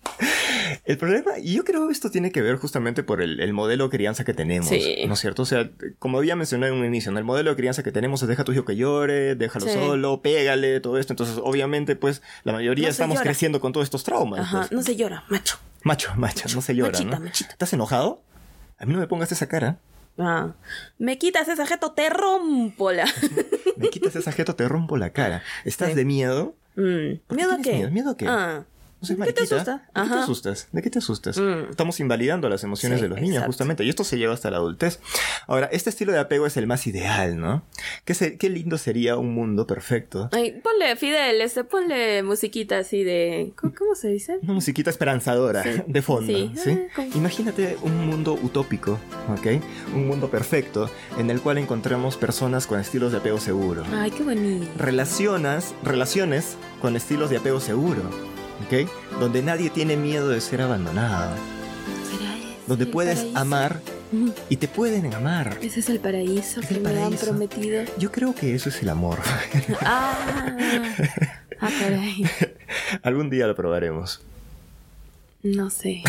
El problema, y yo creo que esto tiene que ver justamente por el, el modelo de crianza que tenemos, sí. ¿no es cierto? O sea, como había mencionado en un inicio, ¿no? El modelo de crianza que tenemos es deja a tu hijo que llore, déjalo sí. solo, pégale, todo esto. Entonces, obviamente, pues, la mayoría no estamos creciendo con todos estos traumas. Ajá, pues. no se llora, macho. Macho, macho, no se llora, machita, ¿no? Machita. ¿Estás enojado? A mí no me pongas esa cara. Ah, me quitas ese objeto, te rompo la... Me quitas ese objeto, te rompo la cara. ¿Estás sí. de miedo? Mm. ¿Miedo a qué? Miedo? ¿Miedo a qué? Ah. No sé, ¿Qué te asusta? ¿De qué te asustas? ¿De qué te asustas? Mm. Estamos invalidando las emociones sí, de los niños, exacto. justamente. Y esto se lleva hasta la adultez. Ahora, este estilo de apego es el más ideal, ¿no? Qué, se, qué lindo sería un mundo perfecto. Ay, ponle, Fidel, este, ponle musiquita así de... ¿Cómo, cómo se dice? Una musiquita esperanzadora, sí. de fondo. Sí. ¿sí? Ah, ¿cómo? Imagínate un mundo utópico, ¿ok? Un mundo perfecto en el cual encontremos personas con estilos de apego seguro. Ay, qué bonito. Relacionas, relaciones con estilos de apego seguro. ¿Okay? Donde nadie tiene miedo de ser abandonado. ¿Será ese donde puedes paraíso? Amar y te pueden amar. Ese es el paraíso ¿Es que el me paraíso? han prometido. Yo creo que eso es el amor. Ah, ah, caray. Algún día lo probaremos. No sé.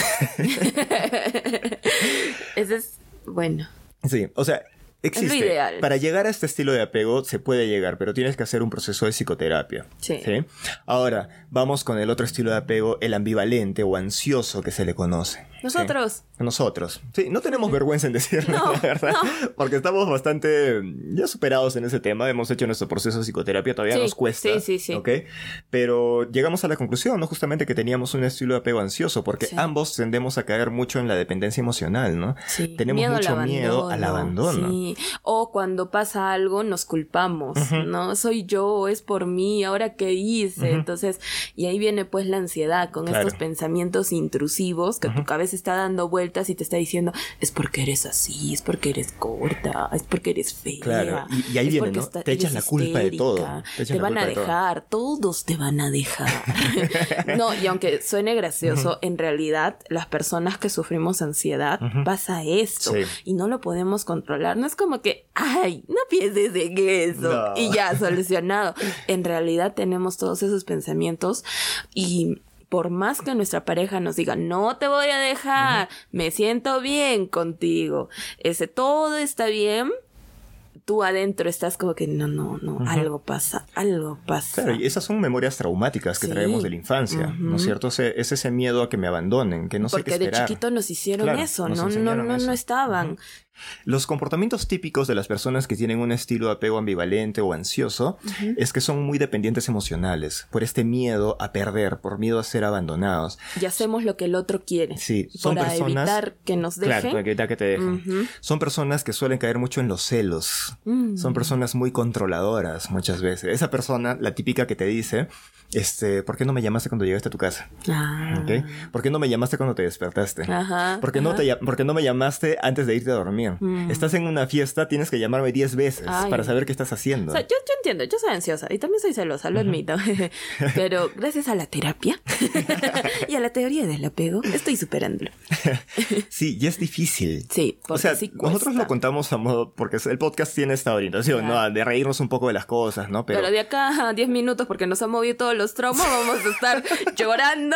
Ese es bueno. Sí, o sea, existe. Es lo ideal. Para llegar a este estilo de apego se puede llegar, pero tienes que hacer un proceso de psicoterapia. Sí. ¿sí? Ahora, vamos con el otro estilo de apego, el ambivalente o ansioso que se le conoce. Nosotros. ¿sí? Nosotros. Sí, no tenemos vergüenza en decirlo, no, la verdad. No. Porque estamos bastante ya superados en ese tema. Hemos hecho nuestro proceso de psicoterapia, todavía sí, nos cuesta. Sí, sí, sí. ¿okay? Pero llegamos a la conclusión, ¿no? Justamente que teníamos un estilo de apego ansioso, porque sí. ambos tendemos a caer mucho en la dependencia emocional, ¿no? Sí. Tenemos miedo mucho al miedo al abandono. Sí. O cuando pasa algo nos culpamos, uh-huh. ¿no? Soy yo, es por mí, ¿ahora qué hice? Uh-huh. Entonces, y ahí viene pues la ansiedad con claro. estos pensamientos intrusivos que uh-huh. tu cabeza está dando vueltas y te está diciendo, es porque eres así, es porque eres corta, es porque eres fea. Claro, y, y ahí viene, ¿no? Está, te echas la culpa de todo. Te, te van a dejar, todo. todos te van a dejar. No, y aunque suene gracioso, uh-huh. en realidad las personas que sufrimos ansiedad uh-huh. pasa esto sí. y no lo podemos controlar. No es como que, ay, no pienses en eso no. y ya, solucionado. En realidad tenemos todos esos pensamientos y por más que nuestra pareja nos diga, no te voy a dejar, uh-huh. me siento bien contigo, ese todo está bien, tú adentro estás como que no, no, no, uh-huh. algo pasa, algo pasa. Claro, y esas son memorias traumáticas que sí. traemos de la infancia, uh-huh. ¿no es cierto? Ese, es ese miedo a que me abandonen, que no sé qué esperar. Porque de chiquito nos hicieron claro, eso, nos no, no, no, eso. no estaban. Uh-huh. Los comportamientos típicos de las personas que tienen un estilo de apego ambivalente o ansioso uh-huh. es que son muy dependientes emocionales, por este miedo a perder, por miedo a ser abandonados. Y hacemos lo que el otro quiere. Sí, son para personas, evitar que nos dejen. Claro, para evitar que te dejen. Uh-huh. Son personas que suelen caer mucho en los celos. Uh-huh. Son personas muy controladoras muchas veces. Esa persona, la típica que te dice, este, ¿por qué no me llamaste cuando llegaste a tu casa? Ah. ¿Okay? ¿Por qué no me llamaste cuando te despertaste? Ajá, ¿Por qué no te, ¿Por qué no me llamaste antes de irte a dormir? Mm. Estás en una fiesta, tienes que llamarme diez veces Ay. para saber qué estás haciendo. O sea, yo, yo entiendo, yo soy ansiosa y también soy celosa, lo uh-huh. admito. Pero gracias a la terapia y a la teoría del apego, estoy superándolo. Sí, y es difícil. Sí, porque o sea, sí nosotros lo contamos a modo, porque el podcast tiene esta orientación, claro. ¿no? De reírnos un poco de las cosas, ¿no? Pero, Pero de acá a diez minutos, porque nos han movido todos los traumas, vamos a estar llorando.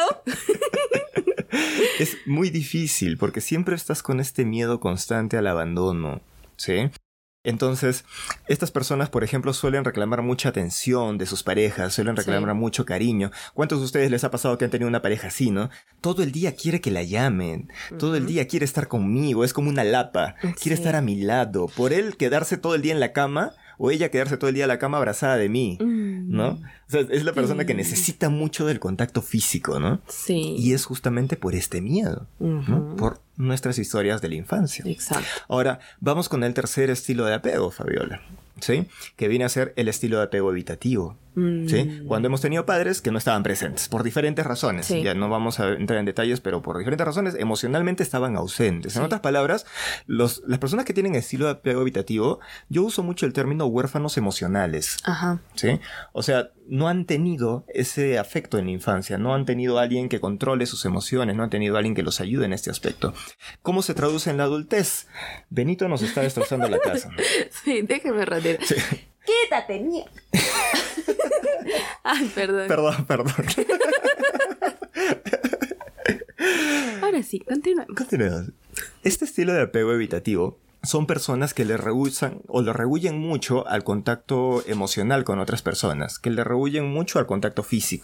Es muy difícil porque siempre estás con este miedo constante al abandono, ¿sí? Entonces, estas personas, por ejemplo, suelen reclamar mucha atención de sus parejas, suelen reclamar sí. mucho cariño. ¿Cuántos de ustedes les ha pasado que han tenido una pareja así, no? Todo el día quiere que la llamen, uh-huh. todo el día quiere estar conmigo, es como una lapa, sí. quiere estar a mi lado. Por él quedarse todo el día en la cama, o ella quedarse todo el día en la cama abrazada de mí, mm. ¿no? O sea, es la persona mm. que necesita mucho del contacto físico, ¿no? Sí. Y es justamente por este miedo, uh-huh. ¿no? Por nuestras historias de la infancia. Exacto. Ahora, vamos con el tercer estilo de apego, Fabiola, ¿sí? Que viene a ser el estilo de apego evitativo. Mm. ¿Sí? Cuando hemos tenido padres que no estaban presentes, por diferentes razones. Sí. Ya no vamos a entrar en detalles, pero por diferentes razones, emocionalmente estaban ausentes. Sí. En otras palabras, los, las personas que tienen estilo de apego evitativo, yo uso mucho el término huérfanos emocionales. Ajá. ¿Sí? O sea, no han tenido ese afecto en la infancia, no han tenido a alguien que controle sus emociones, no han tenido a alguien que los ayude en este aspecto. ¿Cómo se traduce en la adultez? Benito nos está destrozando la casa. Sí, déjeme reír. Sí. Quítate, mierda. Ay, perdón. Perdón, perdón. Ahora sí, continuemos. Continuemos. Este estilo de apego evitativo son personas que le rehusan o le rehuyen mucho al contacto emocional con otras personas, que le rehuyen mucho al contacto físico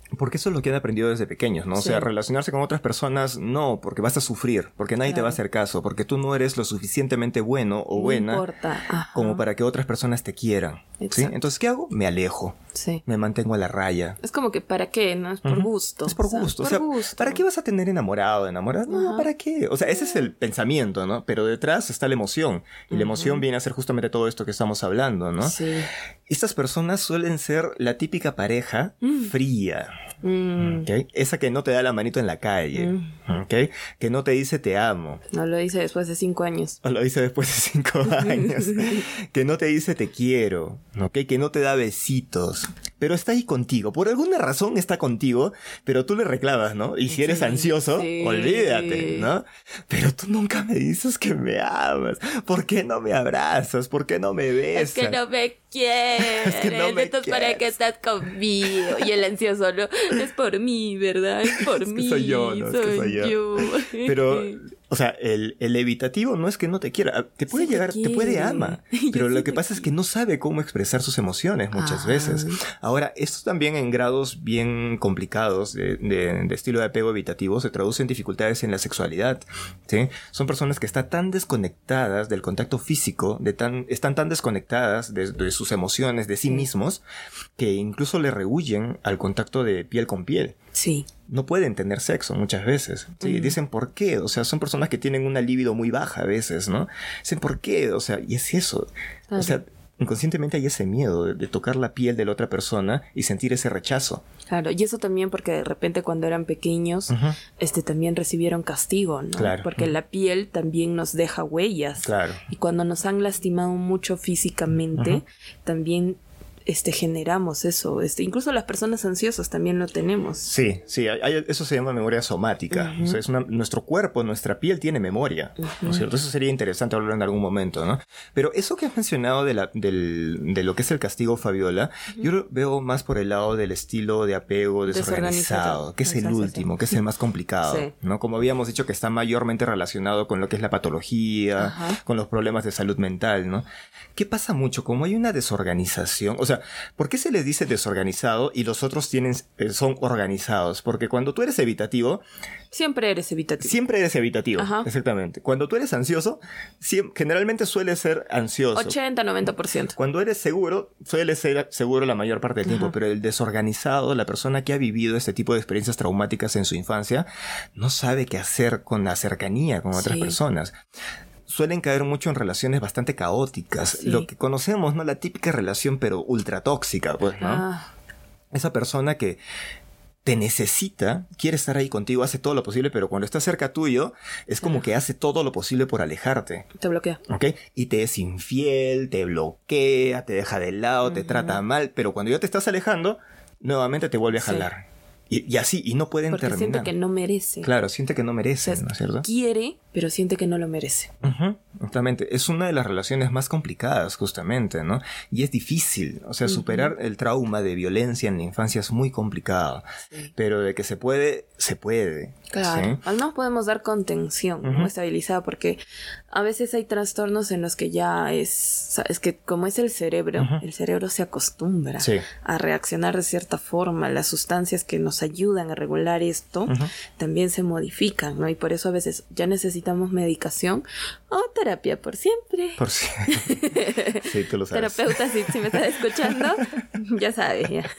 Porque eso es lo que han aprendido desde pequeños, ¿no? Sí. O sea, relacionarse con otras personas, no, porque vas a sufrir, porque nadie claro. te va a hacer caso, porque tú no eres lo suficientemente bueno o no buena importa. como para que otras personas te quieran. ¿Sí? Entonces, ¿qué hago? Me alejo. Sí. Me mantengo a la raya. Es como que, ¿para qué? No es por uh-huh. gusto. Es por gusto. O sea, por gusto. ¿para qué vas a tener enamorado, enamorada? No, uh-huh. ¿para qué? O sea, ese es el pensamiento, ¿no? Pero detrás está la emoción. Y uh-huh. la emoción viene a ser justamente todo esto que estamos hablando, ¿no? Sí. Estas personas suelen ser la típica pareja mm. fría. Mm. ¿Okay? Esa que no te da la manito en la calle. Mm. ¿Okay? Que no te dice te amo. No lo dice después de cinco años. O lo dice después de cinco años. Que no te dice te quiero. ¿Okay? Que no te da besitos. Pero está ahí contigo. Por alguna razón está contigo, pero tú le reclamas, ¿no? Y si eres sí, ansioso, sí. olvídate, ¿no? Pero tú nunca me dices que me amas. ¿Por qué no me abrazas? ¿Por qué no me besas? Es que no me quieres. Es que no me Entonces, quieres. ¿para qué estás conmigo? Y el ansioso, ¿no? Es por mí, ¿verdad? Es por es mí. Que soy yo, ¿no? Soy, es que soy yo. yo. Pero... O sea, el, el evitativo no es que no te quiera, te puede sí llegar, te, te puede ama, pero sí lo que pasa quiero. es que no sabe cómo expresar sus emociones muchas ah. veces. Ahora, esto también en grados bien complicados de, de, de estilo de apego evitativo se traduce en dificultades en la sexualidad, ¿sí? Son personas que están tan desconectadas del contacto físico, de tan, están tan desconectadas de, de sus emociones, de sí mismos, que incluso le rehuyen al contacto de piel con piel. Sí. No pueden tener sexo muchas veces. ¿Sí? Mm. Dicen, ¿por qué? O sea, son personas que tienen una libido muy baja a veces, ¿no? Dicen, ¿por qué? O sea, y es eso. Claro. O sea, inconscientemente hay ese miedo de, de tocar la piel de la otra persona y sentir ese rechazo. Claro, y eso también porque de repente cuando eran pequeños, uh-huh. este también recibieron castigo, ¿no? Claro. Porque uh-huh. la piel también nos deja huellas. Claro. Y cuando nos han lastimado mucho físicamente, uh-huh. también... Este, generamos eso. Este, incluso las personas ansiosas también lo tenemos. Sí, sí. Hay, hay, eso se llama memoria somática. Uh-huh. O sea, es una, nuestro cuerpo, nuestra piel tiene memoria. Uh-huh. ¿No es cierto? Eso sería interesante hablar en algún momento, ¿no? Pero eso que has mencionado de, la, del, de lo que es el castigo, Fabiola, uh-huh. yo lo veo más por el lado del estilo de apego desorganizado, que es el último, que es el más complicado, sí. ¿no? Como habíamos dicho, que está mayormente relacionado con lo que es la patología, uh-huh. con los problemas de salud mental, ¿no? ¿Qué pasa mucho? Como hay una desorganización, o sea, ¿por qué se les dice desorganizado y los otros tienen, eh, son organizados? Porque cuando tú eres evitativo... Siempre eres evitativo. Siempre eres evitativo, ajá. exactamente. Cuando tú eres ansioso, siempre, generalmente sueles ser ansioso. ochenta a noventa por ciento. Cuando eres seguro, sueles ser seguro la mayor parte del tiempo. Ajá. Pero el desorganizado, la persona que ha vivido este tipo de experiencias traumáticas en su infancia, no sabe qué hacer con la cercanía con otras sí. personas. Suelen caer mucho en relaciones bastante caóticas. Sí. Lo que conocemos, ¿no? La típica relación, pero ultra tóxica, pues, ¿no? Ah. Esa persona que te necesita, quiere estar ahí contigo, hace todo lo posible, pero cuando está cerca tuyo, es como ah. que hace todo lo posible por alejarte. Te bloquea. ¿Ok? Y te es infiel, te bloquea, te deja de lado, uh-huh. te trata mal, pero cuando ya te estás alejando, nuevamente te vuelve a jalar. Sí. Y, y así, y no pueden Porque terminar. Porque siente que no merece. Claro, siente que no merece, o sea, ¿no es cierto? Quiere, pero siente que no lo merece. Uh-huh, exactamente. Es una de las relaciones más complicadas, justamente, ¿no? Y es difícil. O sea, uh-huh. superar el trauma de violencia en la infancia es muy complicado. Sí. Pero de que se puede, se puede. Claro. ¿Sí? Al menos podemos dar contención, uh-huh. ¿no? Estabilizada, porque a veces hay trastornos en los que ya es... Es que como es el cerebro, uh-huh. el cerebro se acostumbra sí. a reaccionar de cierta forma. Las sustancias que nos ayudan a regular esto uh-huh. también se modifican, ¿no? Y por eso a veces ya necesitamos medicación o terapia por siempre. Por siempre. Sí, tú lo sabes. Terapeuta, si, si me estás escuchando, ya sabes, ya.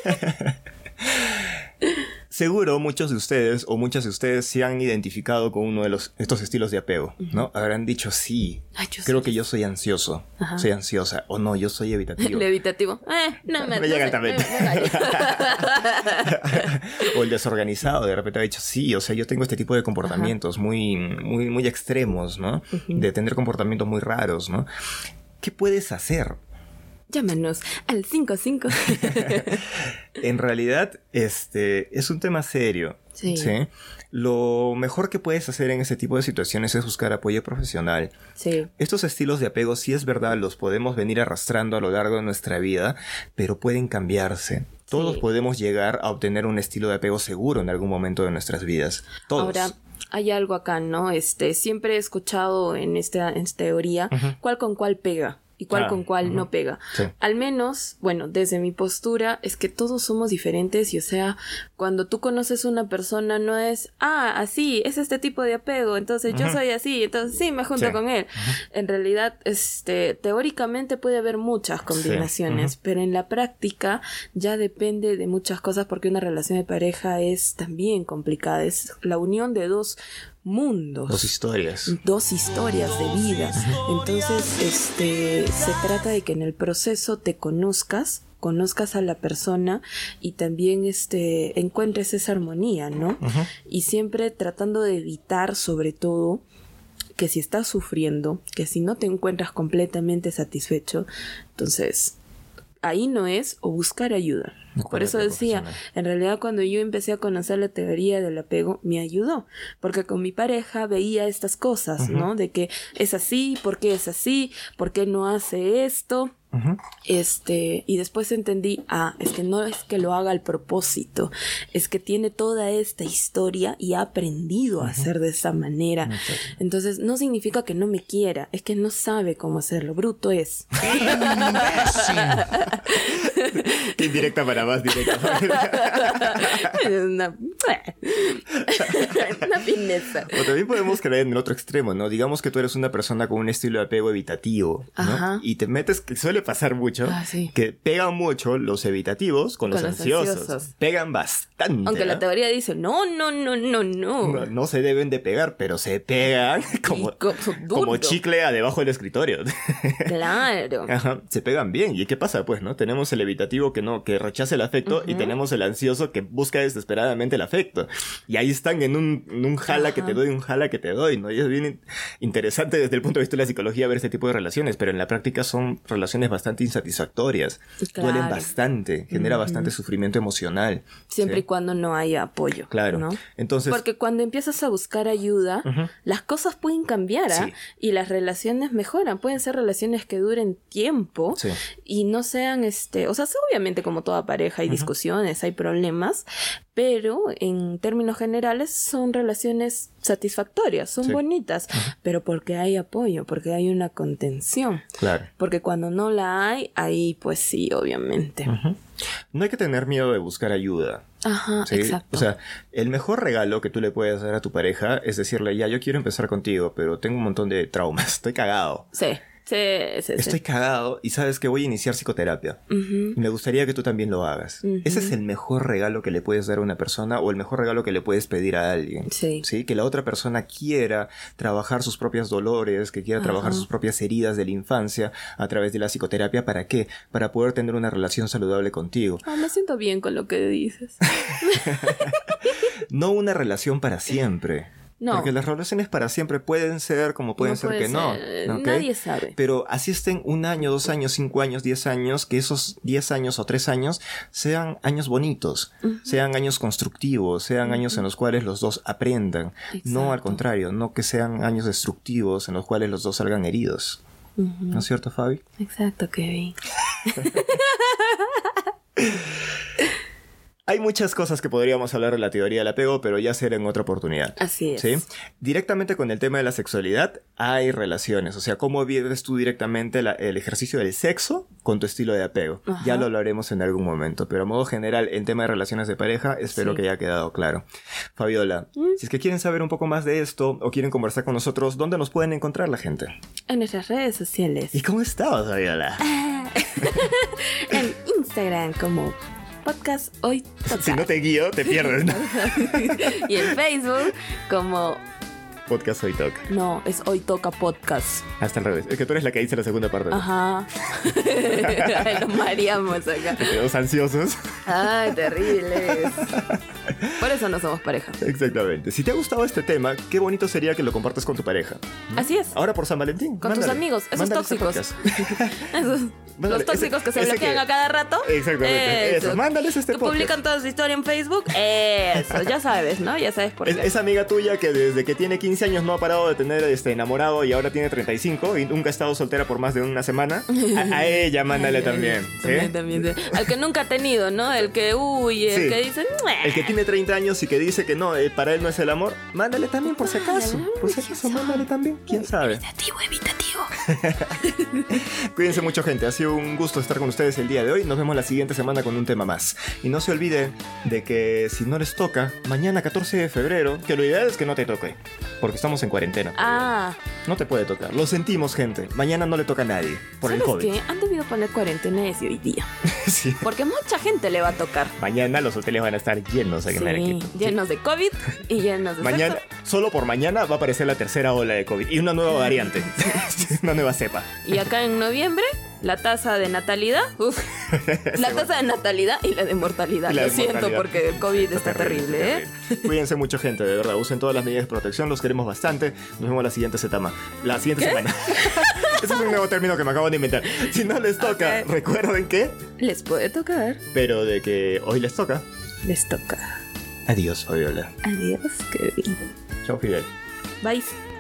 Seguro muchos de ustedes o muchas de ustedes se han identificado con uno de los, estos estilos de apego, ¿no? Uh-huh. Habrán dicho, sí, Ay, creo soy... que yo soy ansioso, uh-huh. soy ansiosa, o no, yo soy evitativo. El evitativo, eh, no me... me llega también. O el desorganizado, de repente ha dicho, sí, o sea, yo tengo este tipo de comportamientos uh-huh. muy, muy, muy extremos, ¿no? Uh-huh. De tener comportamientos muy raros, ¿no? ¿Qué puedes hacer? Llámanos al cinco cinco. En realidad, este es un tema serio. Sí. ¿sí? Lo mejor que puedes hacer en ese tipo de situaciones es buscar apoyo profesional. Sí. Estos estilos de apego, sí es verdad, los podemos venir arrastrando a lo largo de nuestra vida, pero pueden cambiarse. Todos sí. podemos llegar a obtener un estilo de apego seguro en algún momento de nuestras vidas. Todos. Ahora, hay algo acá, ¿no? Este, siempre he escuchado en esta, en esta teoría uh-huh. cuál con cuál pega. y cuál ah, con cuál uh-huh. no pega. Sí. Al menos, bueno, desde mi postura es que todos somos diferentes y o sea, cuando tú conoces una persona no es, ah, así, es este tipo de apego, entonces uh-huh. yo soy así, entonces sí, me junto sí. con él. Uh-huh. En realidad, este, teóricamente puede haber muchas combinaciones, sí. uh-huh. pero en la práctica ya depende de muchas cosas porque una relación de pareja es también complicada, es la unión de dos mundos. Dos historias. Dos historias de vida. Entonces, este, se trata de que en el proceso te conozcas, conozcas a la persona y también este, encuentres esa armonía, ¿no? Uh-huh. Y siempre tratando de evitar, sobre todo, que si estás sufriendo, que si no te encuentras completamente satisfecho, entonces ahí no es o buscar ayuda. Por eso decía, en realidad cuando yo empecé a conocer la teoría del apego, me ayudó. Porque con mi pareja veía estas cosas, uh-huh. ¿no? De que es así, ¿por qué es así? ¿Por qué no hace esto? Uh-huh. Este, y después entendí, ah, es que no es que lo haga al propósito, es que tiene toda esta historia y ha aprendido uh-huh. a hacer de esa manera. Uh-huh. Entonces, no significa que no me quiera, es que no sabe cómo hacerlo. Bruto es. Qué indirecta para más directa. una, una fineza. O también podemos creer en el otro extremo, ¿no? Digamos que tú eres una persona con un estilo de apego evitativo, ¿no? Ajá. Y te metes, que suele pasar mucho, ah, sí. que pegan mucho los evitativos con, con los, los ansiosos. ansiosos. Pegan bastante. Aunque ¿no? la teoría dice, no, no, no, no, no. No, no se deben de pegar, pero se pegan como, co- como chicle a debajo del escritorio. Claro. Ajá, se pegan bien. ¿Y qué pasa? Pues, ¿no? Tenemos el evitativo que no, que rechaza el afecto uh-huh. y tenemos el ansioso que busca desesperadamente el afecto. Y ahí están en un, en un jala Ajá. que te doy, un jala que te doy, ¿no? Y es bien interesante desde el punto de vista de la psicología ver este tipo de relaciones, pero en la práctica son relaciones bastante insatisfactorias. Claro. Duelen bastante, genera uh-huh. bastante sufrimiento emocional. Siempre ¿sí? y cuando no haya apoyo. Claro. ¿no? Entonces, porque cuando empiezas a buscar ayuda, uh-huh. las cosas pueden cambiar, ¿eh? Sí. Y las relaciones mejoran. Pueden ser relaciones que duren tiempo sí. y no sean, este, o sea, obviamente como toda pareja hay uh-huh. discusiones, hay problemas, pero en términos generales son relaciones satisfactorias, son sí. bonitas, uh-huh. pero porque hay apoyo, porque hay una contención. Claro. Porque cuando no la hay, ahí pues sí, obviamente. Uh-huh. No hay que tener miedo de buscar ayuda. Ajá, ¿sí? Exacto. O sea, el mejor regalo que tú le puedes dar a tu pareja es decirle, ya, yo quiero empezar contigo, pero tengo un montón de traumas, estoy cagado. Sí. Sí, sí, Estoy sí. cagado y sabes que voy a iniciar psicoterapia. Uh-huh. Y me gustaría que tú también lo hagas. Uh-huh. Ese es el mejor regalo que le puedes dar a una persona o el mejor regalo que le puedes pedir a alguien. Sí. ¿Sí? Que la otra persona quiera trabajar sus propios dolores, que quiera uh-huh. trabajar sus propias heridas de la infancia a través de la psicoterapia. ¿Para qué? Para poder tener una relación saludable contigo. Oh, me siento bien con lo que dices. No una relación para siempre. No. Porque las relaciones para siempre pueden ser como pueden no ser que ser. no. ¿Okay? Nadie sabe. Pero así estén un año, dos años, cinco años, diez años, que esos diez años o tres años sean años bonitos, uh-huh. sean años constructivos, sean uh-huh. años en los cuales los dos aprendan. Exacto. No al contrario, no que sean años destructivos en los cuales los dos salgan heridos. Uh-huh. ¿No es cierto, Fabi? Exacto, Kevin. Hay muchas cosas que podríamos hablar de la teoría del apego, pero ya será en otra oportunidad. Así es. ¿Sí? Directamente con el tema de la sexualidad, hay relaciones. O sea, ¿cómo vives tú directamente la, el ejercicio del sexo con tu estilo de apego? Ajá. Ya lo hablaremos en algún momento. Pero a modo general, en tema de relaciones de pareja, espero sí. que haya quedado claro. Fabiola, ¿Mm? si es que quieren saber un poco más de esto o quieren conversar con nosotros, ¿dónde nos pueden encontrar la gente? En nuestras redes sociales. ¿Y cómo estás, Fabiola? En Instagram como... Podcast Hoy Toca. Si no te guío, te pierdes, ¿no? Y en Facebook como... Podcast Hoy Toca. No, es Hoy Toca Podcast. Hasta al revés. Es que tú eres la que dice la segunda parte. Ajá. Nos mareamos acá. Los ansiosos. Ay, terribles. Por eso no somos pareja. Exactamente. Si te ha gustado este tema, qué bonito sería que lo compartas con tu pareja. Así es. Ahora por San Valentín. Con mándale. tus amigos, esos Mándale tóxicos. Esos, mándale. los tóxicos ese, que se bloquean que... a cada rato. Exactamente. Eso. Eso. Mándales este que podcast. publican toda su historia en Facebook. Eso, ya sabes, ¿no? Ya sabes por es, qué. Esa amiga tuya que desde que tiene quince años no ha parado de tener este, enamorado y ahora tiene treinta y cinco y nunca ha estado soltera por más de una semana. A, a ella mándale también. ¿Sí? También, también, sí. Al que nunca ha tenido, ¿no? El que, uy, el sí. que dice... El que tiene treinta años y que dice que no, eh, para él no es el amor, mándale también por si acaso. Por si acaso, mándale también. ¿Quién sabe? Evitativo, evitativo. Cuídense mucho, gente. Ha sido un gusto estar con ustedes el día de hoy. Nos vemos la siguiente semana con un tema más. Y no se olviden de que si no les toca, mañana catorce de febrero, que lo ideal es que no te toque, porque estamos en cuarentena. Ah. No te puede tocar. Lo sentimos, gente. Mañana no le toca a nadie por el COVID. ¿Sabes qué? Han debido poner cuarentena desde hoy día. Sí. Porque mucha gente le va a tocar. Mañana los hoteles van a estar llenos aquí en Sí, Arequipa. llenos de COVID y llenos de Mañana, sexo. solo por mañana va a aparecer la tercera ola de COVID y una nueva variante. Una nueva cepa. Y acá en noviembre, la tasa de natalidad. Uf, la tasa de natalidad y la de mortalidad. Y la Lo de siento mortalidad. porque el COVID está, terrible, terrible, ¿eh? terrible. Cuídense mucho, gente, de verdad. Usen todas las medidas de protección, los queremos bastante. Nos vemos la siguiente setama. La siguiente ¿Qué? semana. Ese es un nuevo término que me acabo de inventar. Si no les toca, Ok. recuerden que... Les puede tocar. Pero de que hoy les toca. Les toca. Adiós, Fabiola. Adiós, Kevin. Chao, Fidel. Bye.